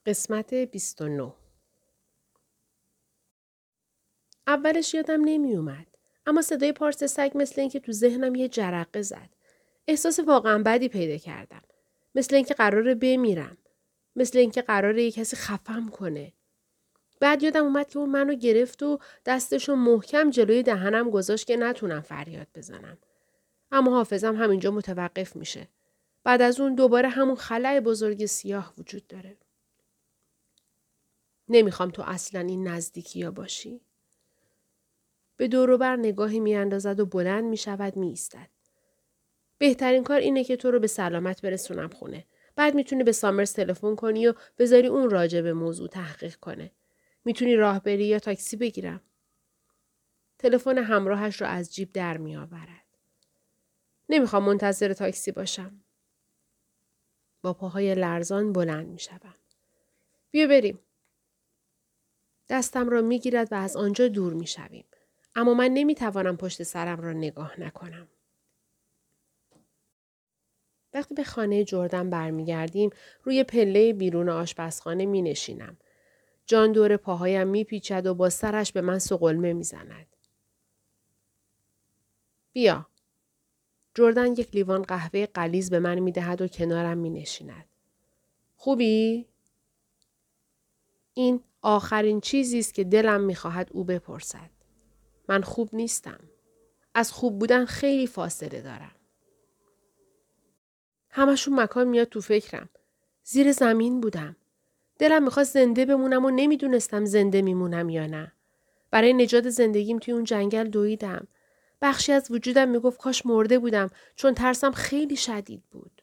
قسمت 29. اولش یادم نمی اومد. اما صدای پارس سگ مثل اینکه تو ذهنم یه جرقه زد. احساس واقعا بدی پیدا کردم. مثل اینکه قراره بمیرم. مثل اینکه قراره یه کسی خفم کنه. بعد یادم اومد که اون منو گرفت و دستشو محکم جلوی دهنم گذاشت که نتونم فریاد بزنم. اما حافظم همینجا متوقف میشه. بعد از اون دوباره همون خلأ بزرگ سیاه وجود داره. نمیخوام تو اصلا این نزدیکی ها باشی. به دور و بر نگاهی میاندازد و بلند میشود میایستد. بهترین کار اینه که تو رو به سلامت برسونم خونه. بعد میتونی به سامرز تلفن کنی و بذاری اون راجع به موضوع تحقیق کنه. میتونی راه بری یا تاکسی بگیرم. تلفن همراهش رو از جیب در میآورد. نمیخوام منتظر تاکسی باشم. با پاهای لرزان بلند میشوم. بیا بریم. دستم را میگیرد و از آنجا دور میشویم. اما من نمیتوانم پشت سرم را نگاه نکنم. وقتی به خانه جردن برمیگردیم روی پله بیرون آشپزخانه می نشینم. جان دور پاهایم می پیچد و با سرش به من سقلمه می زند. بیا. جردن یک لیوان قهوه غلیظ به من می دهد و کنارم می نشیند. خوبی؟ این آخرین چیزی است که دلم می خواهد او بپرسد. من خوب نیستم. از خوب بودن خیلی فاصله دارم. همشون مکان میاد تو فکرم. زیر زمین بودم. دلم میخواست زنده بمونم و نمیدونستم زنده میمونم یا نه. برای نجات زندگیم توی اون جنگل دویدم. بخشی از وجودم میگفت کاش مرده بودم چون ترسم خیلی شدید بود.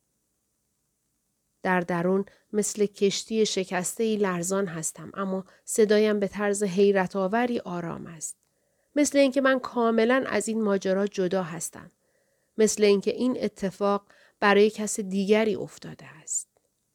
در درون مثل کشتی شکسته‌ای لرزان هستم اما صدایم به طرز حیرت آوری آرام است. مثل اینکه من کاملا از این ماجرا جدا هستم. مثل اینکه این اتفاق برای کس دیگری افتاده است.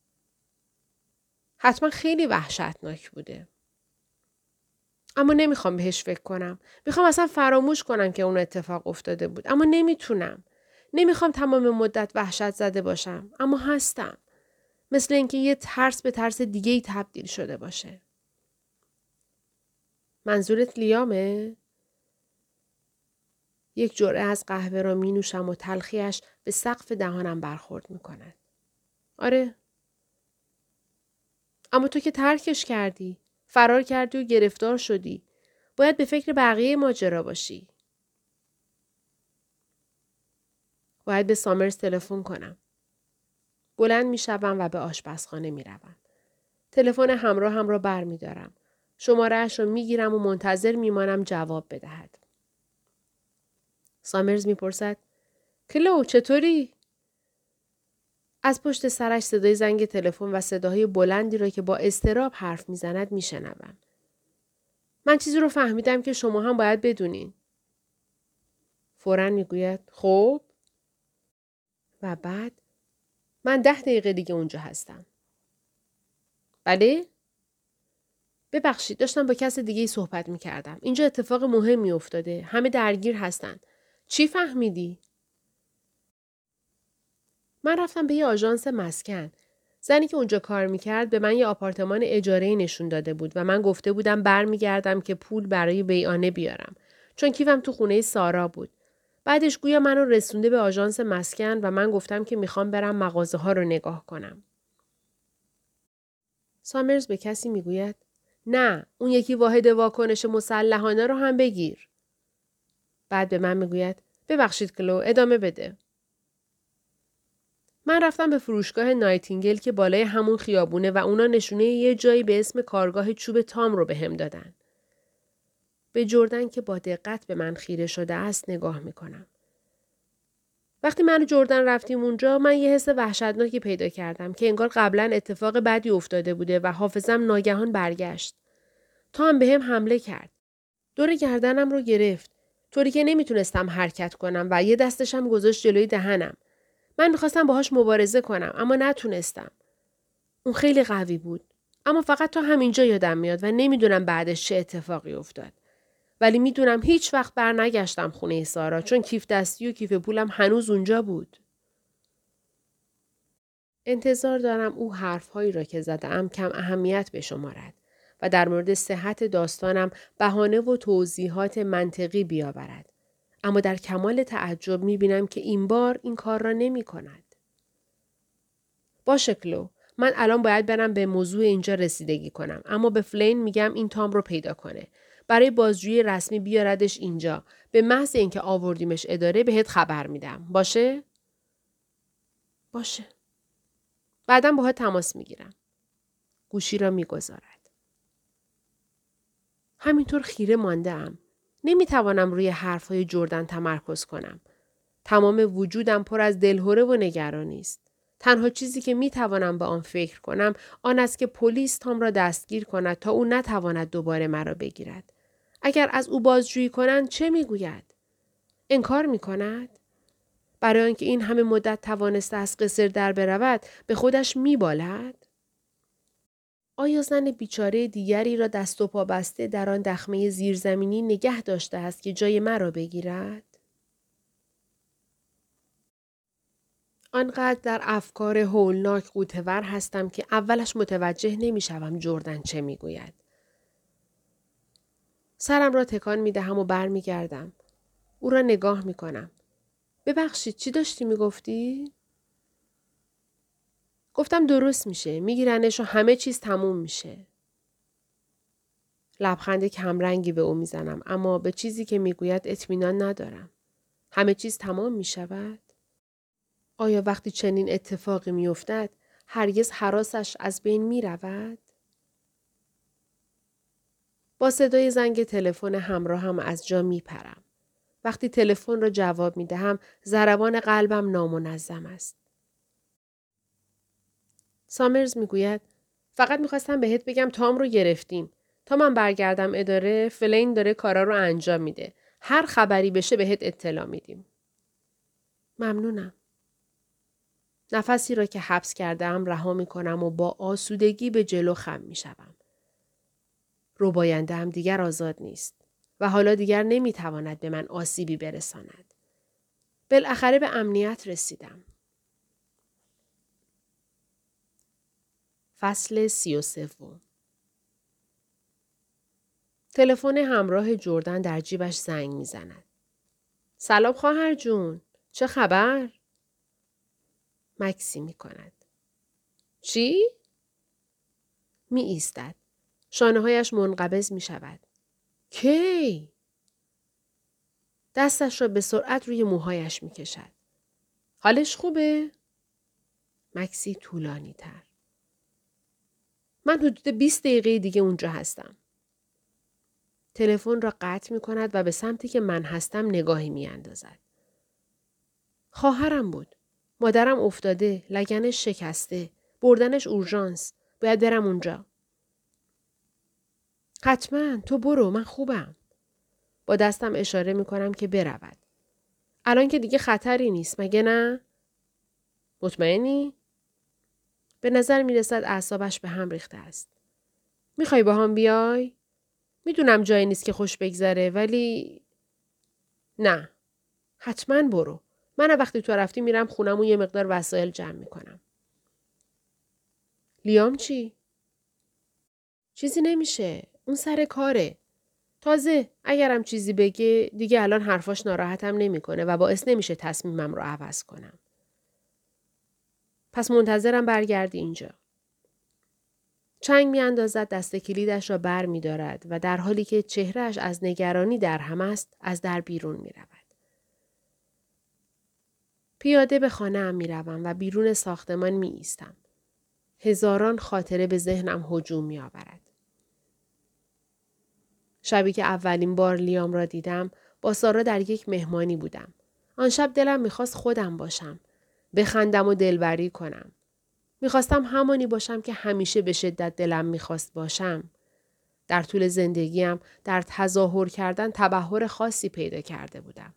حتما خیلی وحشتناک بوده. اما نمیخوام بهش فکر کنم. میخوام اصلا فراموش کنم که اون اتفاق افتاده بود. اما نمیتونم. نمیخوام تمام مدت وحشت زده باشم. اما هستم. مثل اینکه یه ترس به ترس دیگه‌ای تبدیل شده باشه. منظورت لیامه؟ یک جرعه از قهوه را می نوشم و تلخیش به سقف دهانم برخورد می کند. آره. اما تو که ترکش کردی. فرار کردی و گرفتار شدی. باید به فکر بقیه ماجرا باشی. باید به سامرز تلفن کنم. بلند می شوم و به آشپزخانه می روم. تلفن همراهم را بر می دارم. شماره اش را می گیرم و منتظر می مانم جواب بدهد. سامرز می پرسد کلو چطوری؟ از پشت سرش صدای زنگ تلفن و صداهای بلندی را که با اضطراب حرف می زند می شنوم. من چیزی رو فهمیدم که شما هم باید بدونین. فوراً می گوید خب؟ و بعد من 10 دقیقه دیگه اونجا هستم. بله؟ ببخشید داشتم با کس دیگه صحبت می کردم. اینجا اتفاق مهمی افتاده. همه درگیر هستن. چی فهمیدی؟ من رفتم به یه آژانس مسکن. زنی که اونجا کار میکرد به من یه آپارتمان اجاره‌ای نشون داده بود و من گفته بودم برمیگردم که پول برای بیعانه بیارم. چون کیفم تو خونه سارا بود. بعدش گویا منو رسونده به آژانس مسکن و من گفتم که میخوام برم مغازه ها رو نگاه کنم. سامرز به کسی میگوید نه اون یکی واحد واکنش مسلحانه رو هم بگیر. بعد به من میگوید ببخشید کلو ادامه بده. من رفتم به فروشگاه نایتینگل که بالای همون خیابونه و اونا نشونه یه جایی به اسم کارگاه چوب تام رو بهم دادن. به جردن که با دقت به من خیره شده است نگاه میکنم. وقتی من و جردن رفتیم اونجا من یه حس وحشتناکی پیدا کردم که انگار قبلا اتفاق بدی افتاده بوده و حافظم ناگهان برگشت. تام بهم حمله کرد. دور گردنم رو گرفت. طوری که نمیتونستم حرکت کنم و یه دستشم گذاشت جلوی دهنم. من میخواستم باهاش مبارزه کنم اما نتونستم. اون خیلی قوی بود. اما فقط تا همینجا یادم میاد و نمیدونم بعدش چه اتفاقی افتاد. ولی میدونم هیچ وقت بر نگشتم خونه سارا چون کیف دستی و کیف پولم هنوز اونجا بود. انتظار دارم او حرفهایی را که زدم کم اهمیت بشمارد و در مورد صحت داستانم بهانه و توضیحات منطقی بیاورد. اما در کمال تعجب می‌بینم که این بار این کار را نمی‌کند. باشه کلو، من الان باید برم به موضوع اینجا رسیدگی کنم، اما به فلین میگم این تام رو پیدا کنه. برای بازجویی رسمی بیاردش اینجا. به محض اینکه آوردیمش اداره بهت خبر میدم. باشه؟ باشه. بعداً باهات تماس میگیرم. گوشی را میگذارد. همینطور خیره مانده ام. نمیتوانم روی حرفهای جردن تمرکز کنم. تمام وجودم پر از دلهره و نگرانی است. تنها چیزی که میتوانم به آن فکر کنم آن است که پلیس تام را دستگیر کند تا او نتواند دوباره مرا بگیرد. اگر از او بازجویی کنند چه میگوید؟ انکار میکند؟ برای آنکه این همه مدت توانسته از قصر در برود به خودش میبالد؟ آیا زن بیچاره دیگری را دست و پا بسته در آن دخمه زیرزمینی نگه داشته است که جای مرا بگیرد؟ آنقدر در افکار هولناک غوطه‌ور هستم که اولش متوجه نمی‌شوم جردن چه میگوید. سرم را تکان می‌دهم و برمیگردم. او را نگاه می‌کنم. ببخشید چی داشتی میگفتی؟ گفتم درست میشه. میگیرنش و همه چیز تموم میشه. لبخند کمرنگی به او میزنم اما به چیزی که میگوید اطمینان ندارم. همه چیز تمام میشود؟ آیا وقتی چنین اتفاقی میافتد هرگز هراسش از بین میرود؟ با صدای زنگ تلفن همراهم از جا میپرم. وقتی تلفن را جواب میدهم ضربان قلبم نامنظم است. سامرز میگوید فقط میخواستم بهت بگم تام رو گرفتیم. تا من برگردم اداره فلین داره کارا رو انجام میده. هر خبری بشه بهت اطلاع میدیم. ممنونم. نفسی را که حبس کردم رها میکنم و با آسودگی به جلو خم میشوم. رباینده هم دیگر آزاد نیست و حالا دیگر نمیتواند به من آسیبی برساند. بالاخره به امنیت رسیدم. فصل 33. تلفن همراه جردن در جیبش زنگ میزند. سلام خواهر جون. چه خبر؟ مکسی میکند. چی؟ می ایستد. شانه‌هایش منقبض می شود. کی؟ دستش را به سرعت روی موهایش می کشد. حالش خوبه؟ مکسی طولانی تر. من حدود 20 دقیقه دیگه اونجا هستم. تلفن را قطع می کند و به سمتی که من هستم نگاهی می اندازد. خواهرم بود. مادرم افتاده. لگنش شکسته. بردنش اورژانس. باید برم اونجا. حتما تو برو من خوبم. با دستم اشاره می کنم که برود. الان که دیگه خطری نیست مگه نه؟ مطمئنی؟ به نظر می رسد اعصابش به هم ریخته است. میخوای با هم بیای؟ میدونم جایی نیست که خوش بگذره ولی نه. حتما برو. من وقتی تو رفتی میرم خونم و یه مقدار وسایل جمع میکنم. لیام چی؟ چیزی نمیشه. اون سر کاره. تازه اگرم چیزی بگه دیگه الان حرفاش ناراحتم نمیکنه و باعث نمیشه تصمیمم رو عوض کنم. پس منتظرم برگردی اینجا. چنگ میاندازد دست کلیدش را بر می دارد و در حالی که چهرهش از نگرانی در هم است از در بیرون می رود. پیاده به خانه ام می روم و بیرون ساختمان می ایستم. هزاران خاطره به ذهنم هجوم می آورد. شبی که اولین بار لیام را دیدم با سارا در یک مهمانی بودم. آن شب دلم می خواست خودم باشم. بخندم و دلبری کنم. میخواستم همانی باشم که همیشه به شدت دلم میخواست باشم. در طول زندگیم در تظاهر کردن تبحر خاصی پیدا کرده بودم.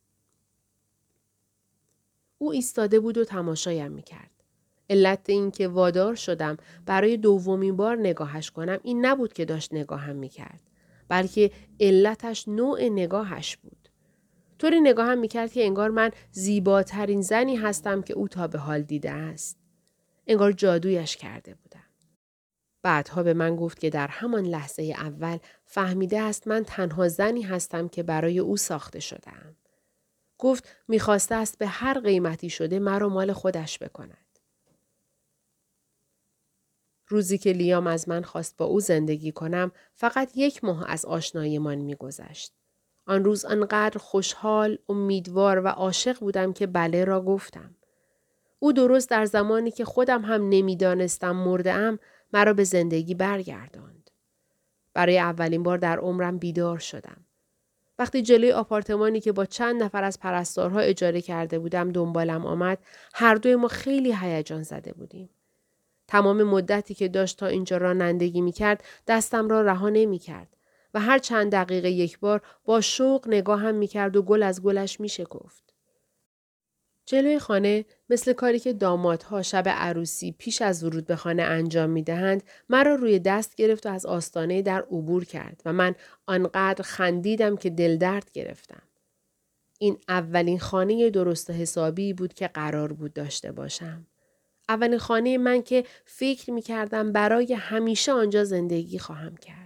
او ایستاده بود و تماشایم میکرد. علت این که وادار شدم برای دومین بار نگاهش کنم این نبود که داشت نگاهم میکرد. بلکه علتش نوع نگاهش بود. طوری نگاهم میکرد که انگار من زیباترین زنی هستم که او تا به حال دیده است. انگار جادویش کرده بودم. بعدها به من گفت که در همان لحظه اول فهمیده است من تنها زنی هستم که برای او ساخته شده‌ام. گفت می‌خواسته است به هر قیمتی شده مرا مال خودش بکند. روزی که لیام از من خواست با او زندگی کنم، فقط 1 ماه از آشناییمان می‌گذشت. آن روز آنقدر خوشحال، امیدوار و عاشق بودم که بله را گفتم. او درست در زمانی که خودم هم نمی‌دانستم مرده‌ام، مرا به زندگی برگرداند. برای اولین بار در عمرم بیدار شدم. وقتی جلوی آپارتمانی که با چند نفر از پرستارها اجاره کرده بودم دنبالم آمد، هر دوی ما خیلی هیجان زده بودیم. تمام مدتی که داشت تا اینجا رانندگی می‌کرد، دستم را رها نمی‌کرد و هر چند دقیقه یک بار با شوق نگاهم می‌کرد و گل از گلش می‌شکفت. جلوی خانه مثل کاری که دامادها شب عروسی پیش از ورود به خانه انجام می‌دهند، مرا روی دست گرفت و از آستانه در عبور کرد و من آنقدر خندیدم که دل درد گرفتم. این اولین خانه درست و حسابی بود که قرار بود داشته باشم. اولین خانه من که فکر می کردم برای همیشه آنجا زندگی خواهم کرد.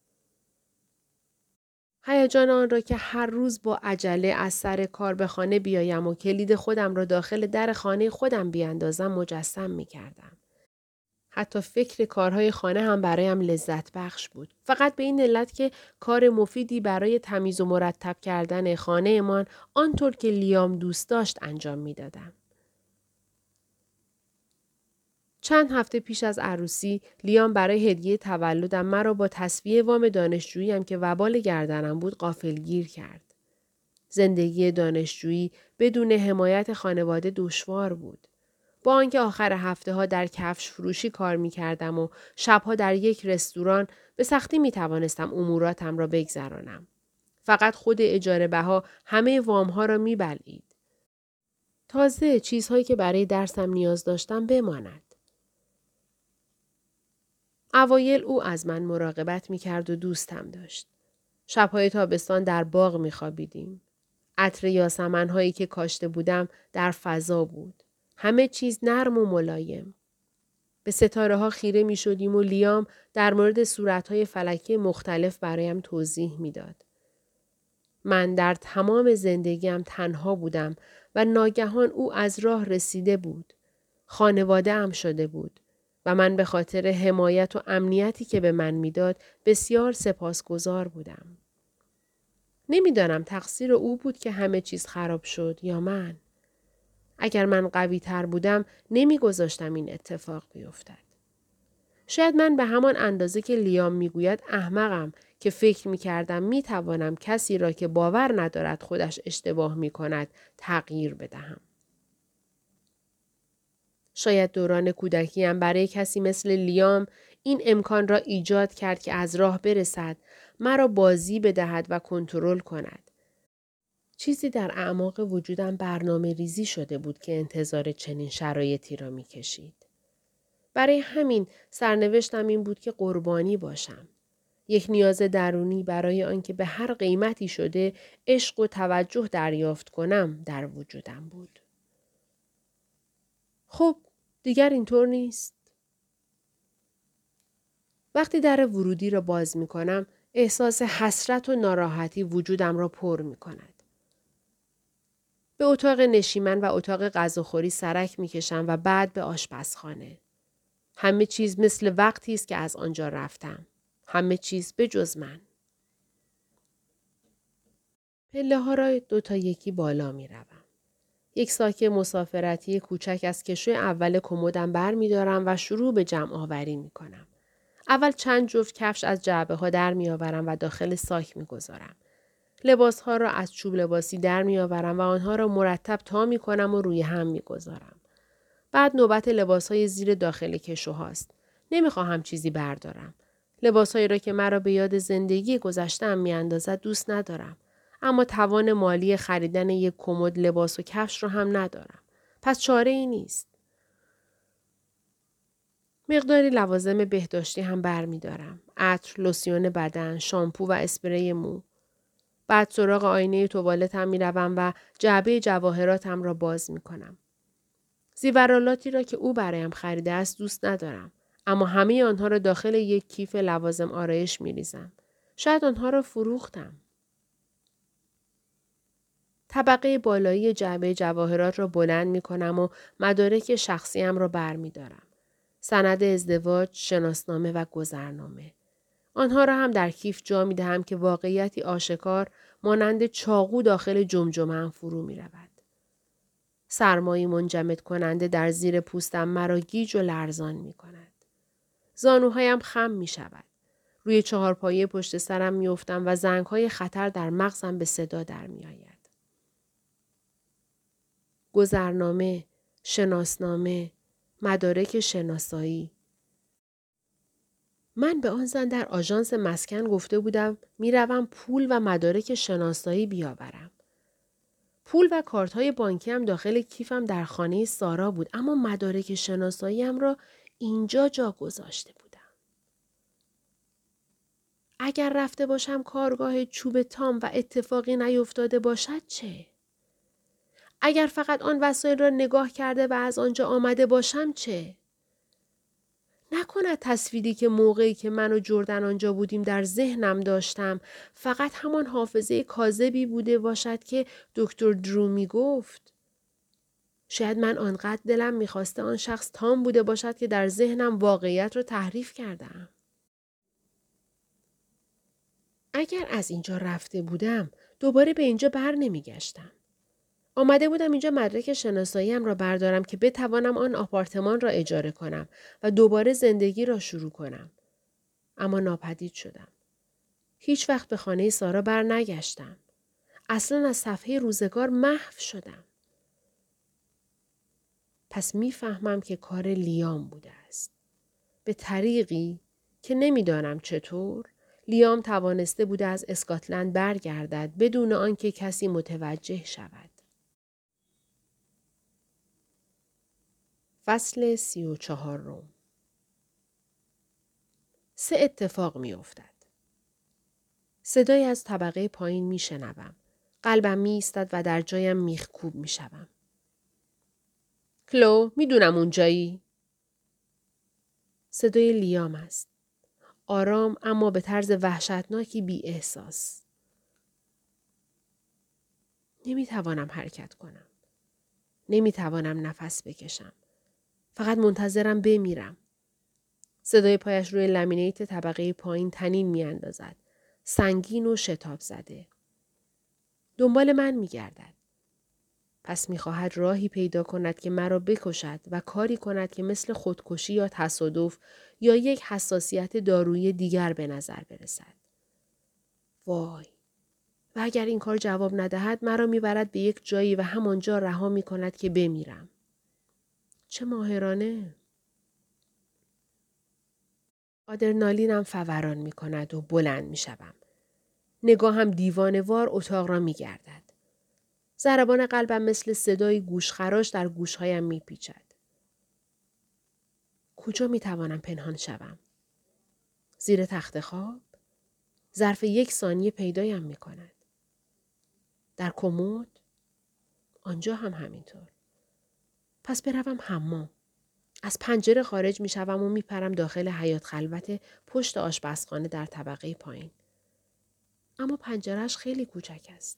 هیجان آن را که هر روز با عجله از سر کار به خانه بیایم و کلید خودم را داخل در خانه خودم بیاندازم مجسم می کردم. حتی فکر کارهای خانه هم برایم لذت بخش بود. فقط به این علت که کار مفیدی برای تمیز و مرتب کردن خانه‌مان آنطور که لیام دوست داشت انجام می دادم. چند هفته پیش از عروسی، لیام برای هدیه تولدم مرا با تسویه وام دانشجوییم که وبال گردنم بود غافلگیر کرد. زندگی دانشجویی بدون حمایت خانواده دشوار بود. با آنکه آخر هفته ها در کفش فروشی کار می کردم و شبها در یک رستوران به سختی می توانستم اموراتم را بگذرانم. فقط خود اجاره بها همه وام ها را می بلعید. تازه چیزهایی که برای درسم نیاز داشتم بماند. اوایل او از من مراقبت می کرد و دوستم داشت. شبهای تابستان در باغ می خوابیدیم. عطر یاسمن‌هایی که کاشته بودم در فضا بود. همه چیز نرم و ملایم. به ستاره ها خیره می شدیم و لیام در مورد صورتهای فلکی مختلف برایم توضیح می داد. من در تمام زندگیم تنها بودم و ناگهان او از راه رسیده بود. خانواده ام شده بود. و من به خاطر حمایت و امنیتی که به من میداد بسیار سپاسگزار بودم. نمیدانم تقصیر او بود که همه چیز خراب شد یا من. اگر من قوی تر بودم نمیگذاشتم این اتفاق بیفتد. شاید من به همان اندازه که لیام میگوید احمقم که فکر میکردم میتوانم کسی را که باور ندارد خودش اشتباه میکند تغییر بدهم. شاید دوران کودکیم برای کسی مثل لیام این امکان را ایجاد کرد که از راه برسد، مرا بازی بدهد و کنترل کند. چیزی در اعماق وجودم برنامه ریزی شده بود که انتظار چنین شرایطی را می کشید. برای همین سرنوشتم این بود که قربانی باشم. یک نیاز درونی برای آنکه به هر قیمتی شده عشق و توجه دریافت کنم در وجودم بود. خب دیگر اینطور نیست. وقتی در ورودی را باز می کنم، احساس حسرت و ناراحتی وجودم را پر می کند. به اتاق نشیمن و اتاق غذاخوری سرک می کشم و بعد به آشپزخانه. همه چیز مثل وقتی است که از آنجا رفتم. همه چیز به جز من. پله ها را 2 تا 1 بالا می روم. یک ساک مسافرتی کوچک از کشوی اول کمدم بر می دارم و شروع به جمع آوری می کنم. اول چند جفت کفش از جعبه ها در می آورم و داخل ساک می گذارم. لباس ها را از چوب لباسی در می آورم و آنها را مرتب تا می کنم و روی هم می گذارم. بعد نوبت لباس های زیر داخل کشو هاست. نمی خواهم چیزی بردارم. لباس هایی را که مرا به یاد زندگی گذشته‌ام می اندازد دوست ندارم. اما توان مالی خریدن یک کمد لباس و کفش را هم ندارم. پس چاره ای نیست. مقداری لوازم بهداشتی هم برمی دارم. عطر، لوسیون بدن، شامپو و اسپری مو. بعد سراغ آینه توالتم می روم و جعبه جواهراتم را باز می کنم. زیورالاتی را که او برایم خریده است دوست ندارم. اما همه آنها را داخل یک کیف لوازم آرایش می ریزم. شاید آنها را فروختم. طبقه بالایی جعبه جواهرات را بلند می کنم و مدارک شخصیم را بر می دارم. سند ازدواج، شناسنامه و گذرنامه. آنها را هم در کیف جا می دهم که واقعیتی آشکار مانند چاقو داخل جمجمه‌ام فرو می رود. سرمایی منجمد کننده در زیر پوستم مرا گیج و لرزان می کند. زانوهایم خم می شود. روی چهارپایه پشت سرم می افتم و زنگهای خطر در مغزم به صدا در می آید. گذرنامه، شناسنامه، مدارک شناسایی. من به آن زن در آژانس مسکن گفته بودم میروم پول و مدارک شناسایی بیاورم. پول و کارت‌های بانکیم داخل کیفم در خانه سارا بود، اما مدارک شناساییم را اینجا جا گذاشته بودم. اگر رفته باشم کارگاه چوب تام و اتفاقی نیفتاده باشد چه؟ اگر فقط آن وسایل را نگاه کرده و از آنجا آمده باشم چه؟ نکند تصویری که موقعی که من و جردن آنجا بودیم در ذهنم داشتم فقط همان حافظه کاذبی بوده باشد که دکتر درو می گفت. شاید من آنقدر دلم میخواسته آن شخص تام بوده باشد که در ذهنم واقعیت را تحریف کردم. اگر از اینجا رفته بودم دوباره به اینجا بر نمی گشتم. آمده بودم اینجا مدرک شناساییم را بردارم که بتوانم آن آپارتمان را اجاره کنم و دوباره زندگی را شروع کنم. اما ناپدید شدم. هیچ وقت به خانه سارا بر نگشتم. اصلا از صفحه روزگار محو شدم. پس میفهمم که کار لیام بوده است. به طریقی که نمیدانم چطور لیام توانسته بوده از اسکاتلند برگردد بدون آنکه کسی متوجه شود. فصل 34 3 اتفاق می افتد. صدای از طبقه پایین می شنوم. قلبم می ایستد و در جایم میخکوب می شوم. کلو، می دونم اونجایی؟ صدای لیام است. آرام اما به طرز وحشتناکی بی احساس. نمی توانم حرکت کنم. نمی توانم نفس بکشم. فقط منتظرم بمیرم. صدای پایش روی لامینیت طبقه پایین طنین می اندازد. سنگین و شتاب زده. دنبال من می گردد. پس می خواهد راهی پیدا کند که مرا بکشد و کاری کند که مثل خودکشی یا تصادف یا یک حساسیت دارویی دیگر به نظر برسد. وای! و اگر این کار جواب ندهد مرا می برد به یک جایی و همانجا رها می کند که بمیرم. چه ماهرانه! آدرنالینم فوران می کند و بلند می شوم. نگاهم دیوانه‌وار اتاق را می گردد. ضربان قلبم مثل صدای گوشخراش در گوشهایم می پیچد. کجا می توانم پنهان شوم؟ زیر تخت خواب؟ ظرف 1 ثانیه پیدایم می کند. در کمد؟ آنجا هم همینطور. پس بروم حمام. از پنجره خارج می شوم و می پرم داخل حیاط خلوت پشت آشپزخانه در طبقه پایین. اما پنجرهش خیلی کوچک است.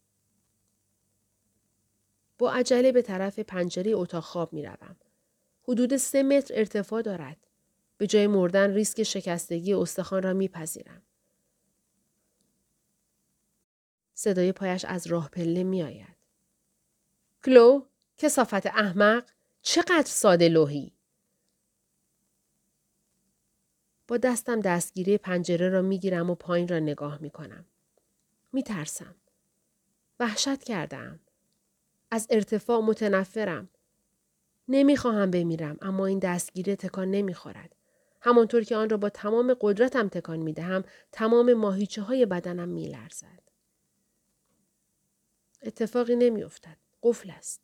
با عجله به طرف پنجره اتاق خواب می روم. حدود 3 متر ارتفاع دارد. به جای مردن ریسک شکستگی استخوان را می پذیرم. صدای پایش از راه پله می آید. کلو، کثافت احمق، چقدر ساده لوحی. با دستم دستگیره پنجره را می گیرم و پایین را نگاه می کنم. می ترسم. وحشت کردم. از ارتفاع متنفرم. نمی خواهم بمیرم اما این دستگیره تکان نمی خورد. همانطور که آن را با تمام قدرتم تکان می دهم تمام ماهیچه های بدنم می لرزد. اتفاقی نمی افتد. قفل است.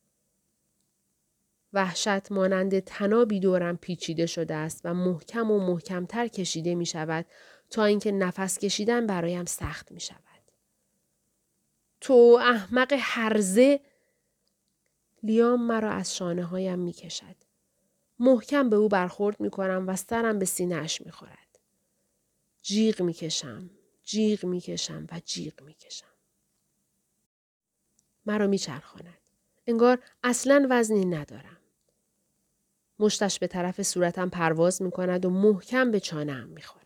وحشت مانند طنابی دورم پیچیده شده است و محکم و محکمتر کشیده می شود تا اینکه نفس کشیدن برایم سخت می شود. تو احمق هرزه! لیام مرا از شانه هایم می کشد. محکم به او برخورد می کنم و سرم به سینه‌اش می خورد. جیغ می کشم، جیغ می کشم و جیغ می کشم. مرا می چرخاند. انگار اصلاً وزنی ندارم. مشتش به طرف صورتم پرواز می کند و محکم به چانه‌ام می خورد.